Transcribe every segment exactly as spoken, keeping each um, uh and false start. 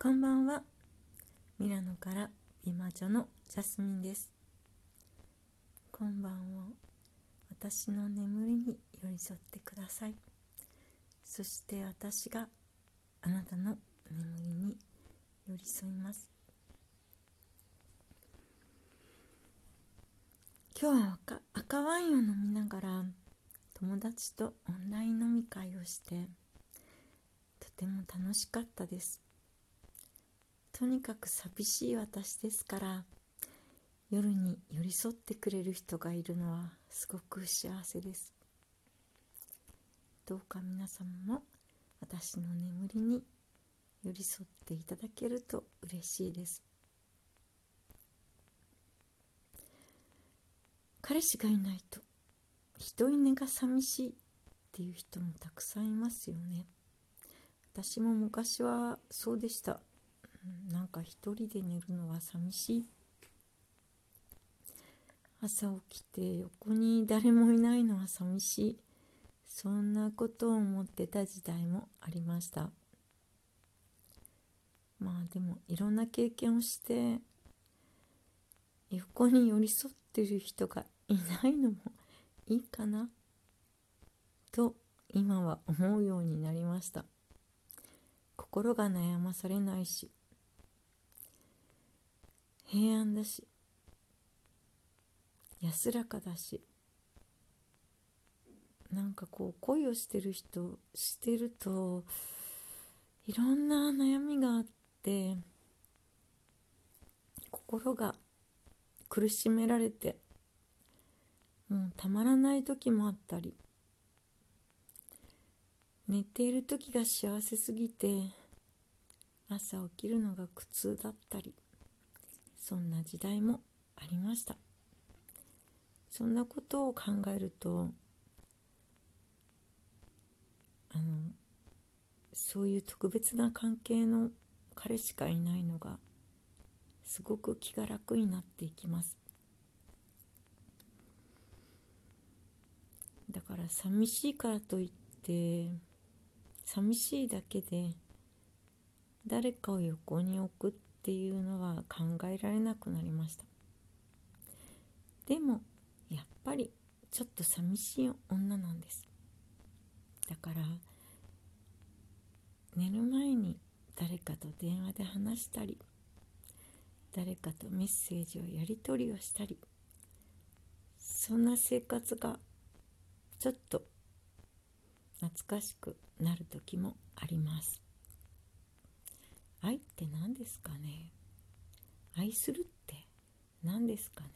こんばんは。ミラノから美魔女のジャスミンです。こんばんは。私の眠りに寄り添ってください。そして私があなたの眠りに寄り添います。今日は 赤, 赤ワインを飲みながら友達とオンライン飲み会をしてとても楽しかったです。とにかく寂しい私ですから夜に寄り添ってくれる人がいるのはすごく幸せです。どうか皆様も私の眠りに寄り添っていただけると嬉しいです。彼氏がいないと一人寝が寂しいっていう人もたくさんいますよね。私も昔はそうでした。なんか一人で寝るのは寂しい。朝起きて横に誰もいないのは寂しい。そんなことを思ってた時代もありました。まあでもいろんな経験をして横に寄り添ってる人がいないのもいいかなと今は思うようになりました。心が悩まされないし平安だし安らかだし、なんかこう恋をしてる人してるといろんな悩みがあって心が苦しめられてもうたまらない時もあったり、寝ている時が幸せすぎて朝起きるのが苦痛だったり、そんな時代もありました。そんなことを考えるとあのそういう特別な関係の彼しかいないのがすごく気が楽になっていきます。だから寂しいからといって寂しいだけで誰かを横に置くっていうのは考えられなくなりました。でもやっぱりちょっと寂しい女なんです。だから寝る前に誰かと電話で話したり誰かとメッセージをやり取りをしたり、そんな生活がちょっと懐かしくなる時もあります。愛って何ですかね。愛するって何ですかね。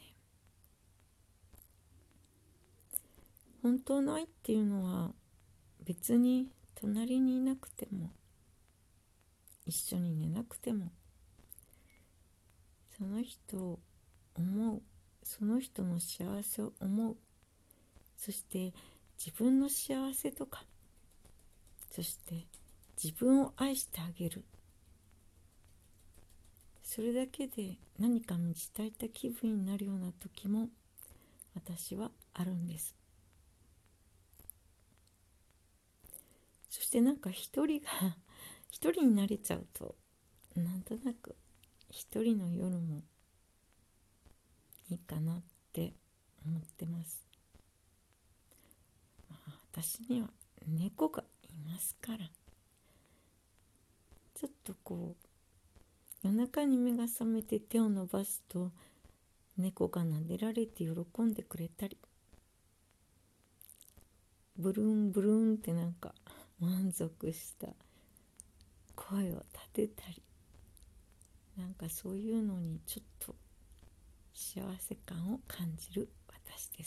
本当の愛っていうのは別に隣にいなくても一緒に寝なくてもその人を思う、その人の幸せを思う、そして自分の幸せとか、そして自分を愛してあげる、それだけで何か満ち足りた気分になるような時も私はあるんです。そしてなんか一人が一人になれちゃうとなんとなく一人の夜もいいかなって思ってます。まあ、私には猫がいますからちょっとこう夜中に目が覚めて手を伸ばすと猫が撫でられて喜んでくれたり、ブルーンブルーンってなんか満足した声を立てたり、なんかそういうのにちょっと幸せ感を感じる私です。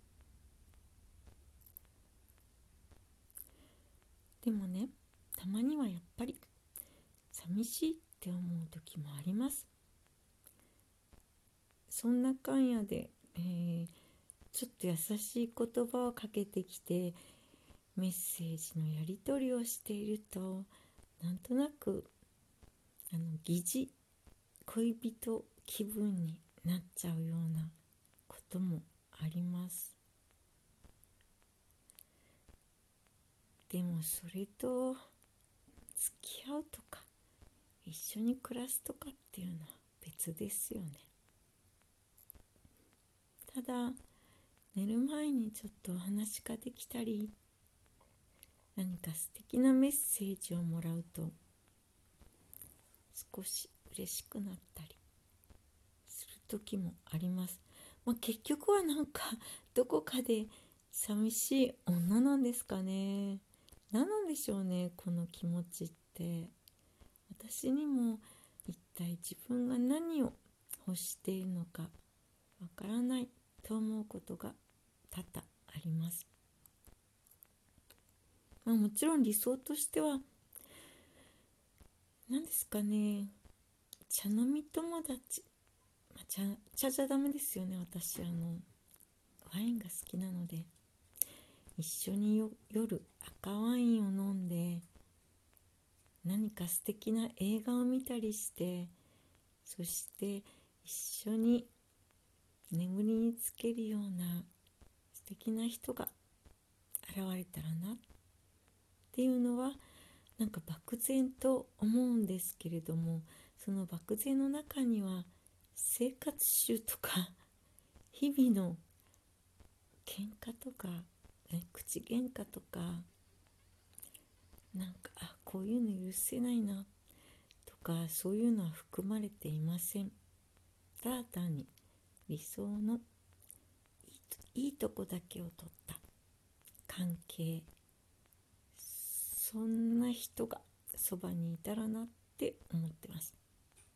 でもね、たまにはやっぱり寂しいって思う時もあります。そんなかんやで、えー、ちょっと優しい言葉をかけてきてメッセージのやり取りをしているとなんとなくあの疑似恋人気分になっちゃうようなこともあります。でもそれと付き合うとかい一緒に暮らすとかっていうのは別ですよね。ただ寝る前にちょっとお話ができたり、何か素敵なメッセージをもらうと少し嬉しくなったりする時もあります。まあ、結局はなんかどこかで寂しい女なんですかね。何なんでしょうね、この気持ちって。私にも一体自分が何を欲しているのかわからないと思うことが多々あります。まあ、もちろん理想としては何ですかね、茶飲み友達、まあ、茶, 茶じゃダメですよね。私あのワインが好きなので、一緒によ夜赤ワインを飲んで何か素敵な映画を見たりして、そして一緒に眠りにつけるような素敵な人が現れたらなっていうのはなんか漠然と思うんですけれども、その漠然の中には生活習とか日々の喧嘩とか、ね、口喧嘩とか、なんかあこういうの許せないなとか、そういうのは含まれていません。ただ単に理想のいいと、いいとこだけを取った関係、そんな人がそばにいたらなって思ってます。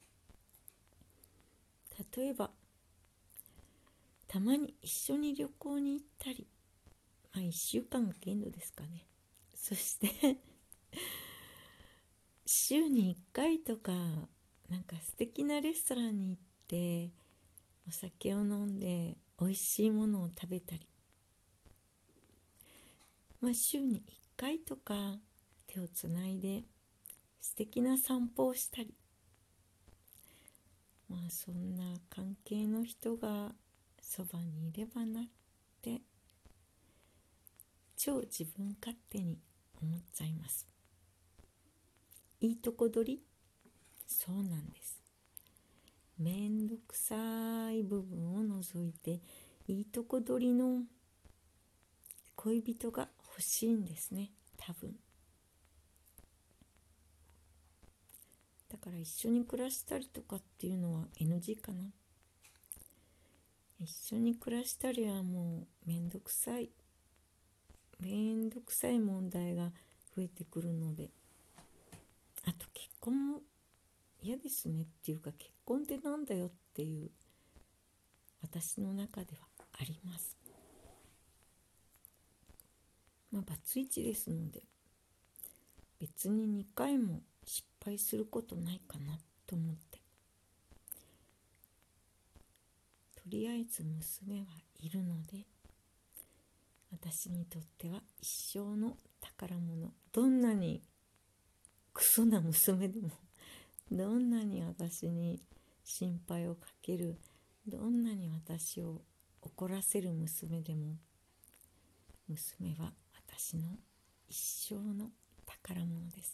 例えばたまに一緒に旅行に行ったり、まあいっしゅうかんが限度ですかね。そして週にいっかいとか、なんか素敵なレストランに行ってお酒を飲んで美味しいものを食べたり、まあ週にいっかいとか手をつないで素敵な散歩をしたり、まあそんな関係の人がそばにいればなって超自分勝手に思っちゃいます。いいとこ取り、そうなんです。めんどくさい部分を除いていいとこ取りの恋人が欲しいんですね、多分。だから一緒に暮らしたりとかっていうのは エヌジー かな。一緒に暮らしたりはもうめんどくさいめんどくさい問題が増えてくるので、あと結婚も嫌ですねっていうか、結婚ってなんだよっていう私の中ではあります。まあバツイチですので別ににかいも失敗することないかなと思って、とりあえず娘はいるので、私にとっては一生の宝物。どんなにクソな娘でも、どんなに私に心配をかける、どんなに私を怒らせる娘でも、娘は私の一生の宝物です。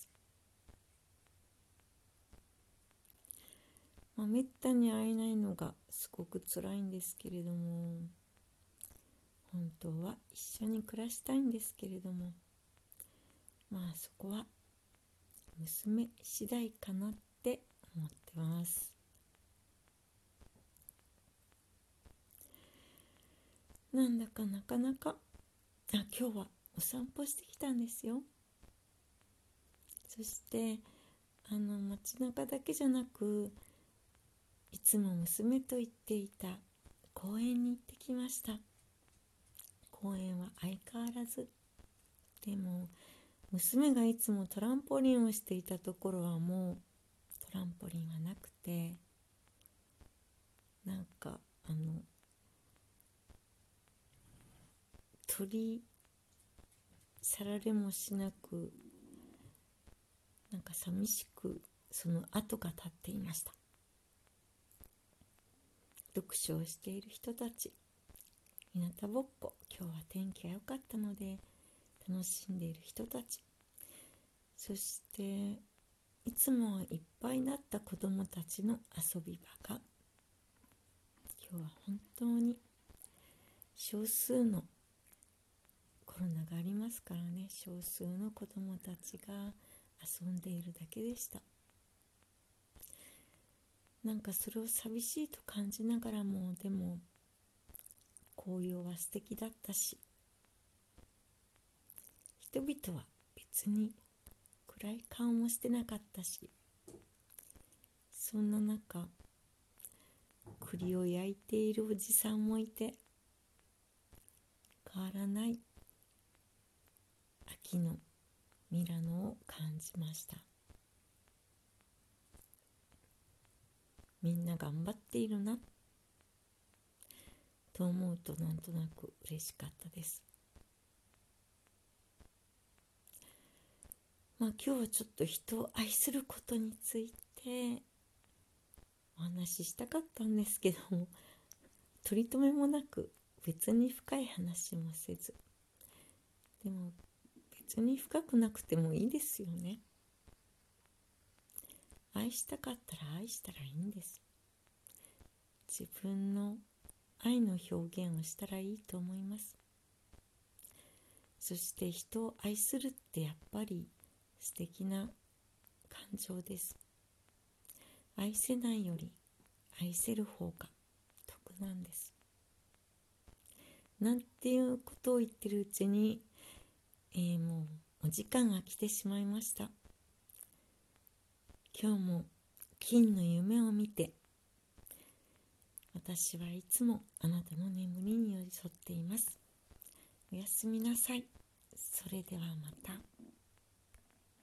まあ、めったに会えないのがすごく辛いんですけれども、本当は一緒に暮らしたいんですけれども、まあそこは娘次第かなって思ってます。なんだかなかなか、あ、今日はお散歩してきたんですよ。そしてあの街中だけじゃなく、いつも娘と行っていた公園に行ってきました。公園は相変わらず、でも娘がいつもトランポリンをしていたところはもうトランポリンはなくて、なんかあの取り去られもしなく、なんか寂しくその跡が立っていました。読書をしている人たち、日向ぼっこ、今日は天気が良かったので楽しんでいる人たち、そしていつもはいっぱいだった子どもたちの遊び場が、今日は本当に少数の、コロナがありますからね、少数の子どもたちが遊んでいるだけでした。なんかそれを寂しいと感じながらも、でも紅葉は素敵だったし、人々は別に暗い顔もしてなかったし、そんな中、栗を焼いているおじさんもいて、変わらない秋のミラノを感じました。みんな頑張っているなと思うと、なんとなく嬉しかったです。まあ今日はちょっと人を愛することについてお話ししたかったんですけども、取り留めもなく、別に深い話もせず、でも別に深くなくてもいいですよね。愛したかったら愛したらいいんです。自分の愛の表現をしたらいいと思います。そして人を愛するってやっぱり素敵な感情です。愛せないより愛せる方が得なんです。なんていうことを言ってるうちに、えー、もうお時間が来てしまいました。今日も金の夢を見て、私はいつもあなたの眠りに寄り添っています。おやすみなさい。それではまた。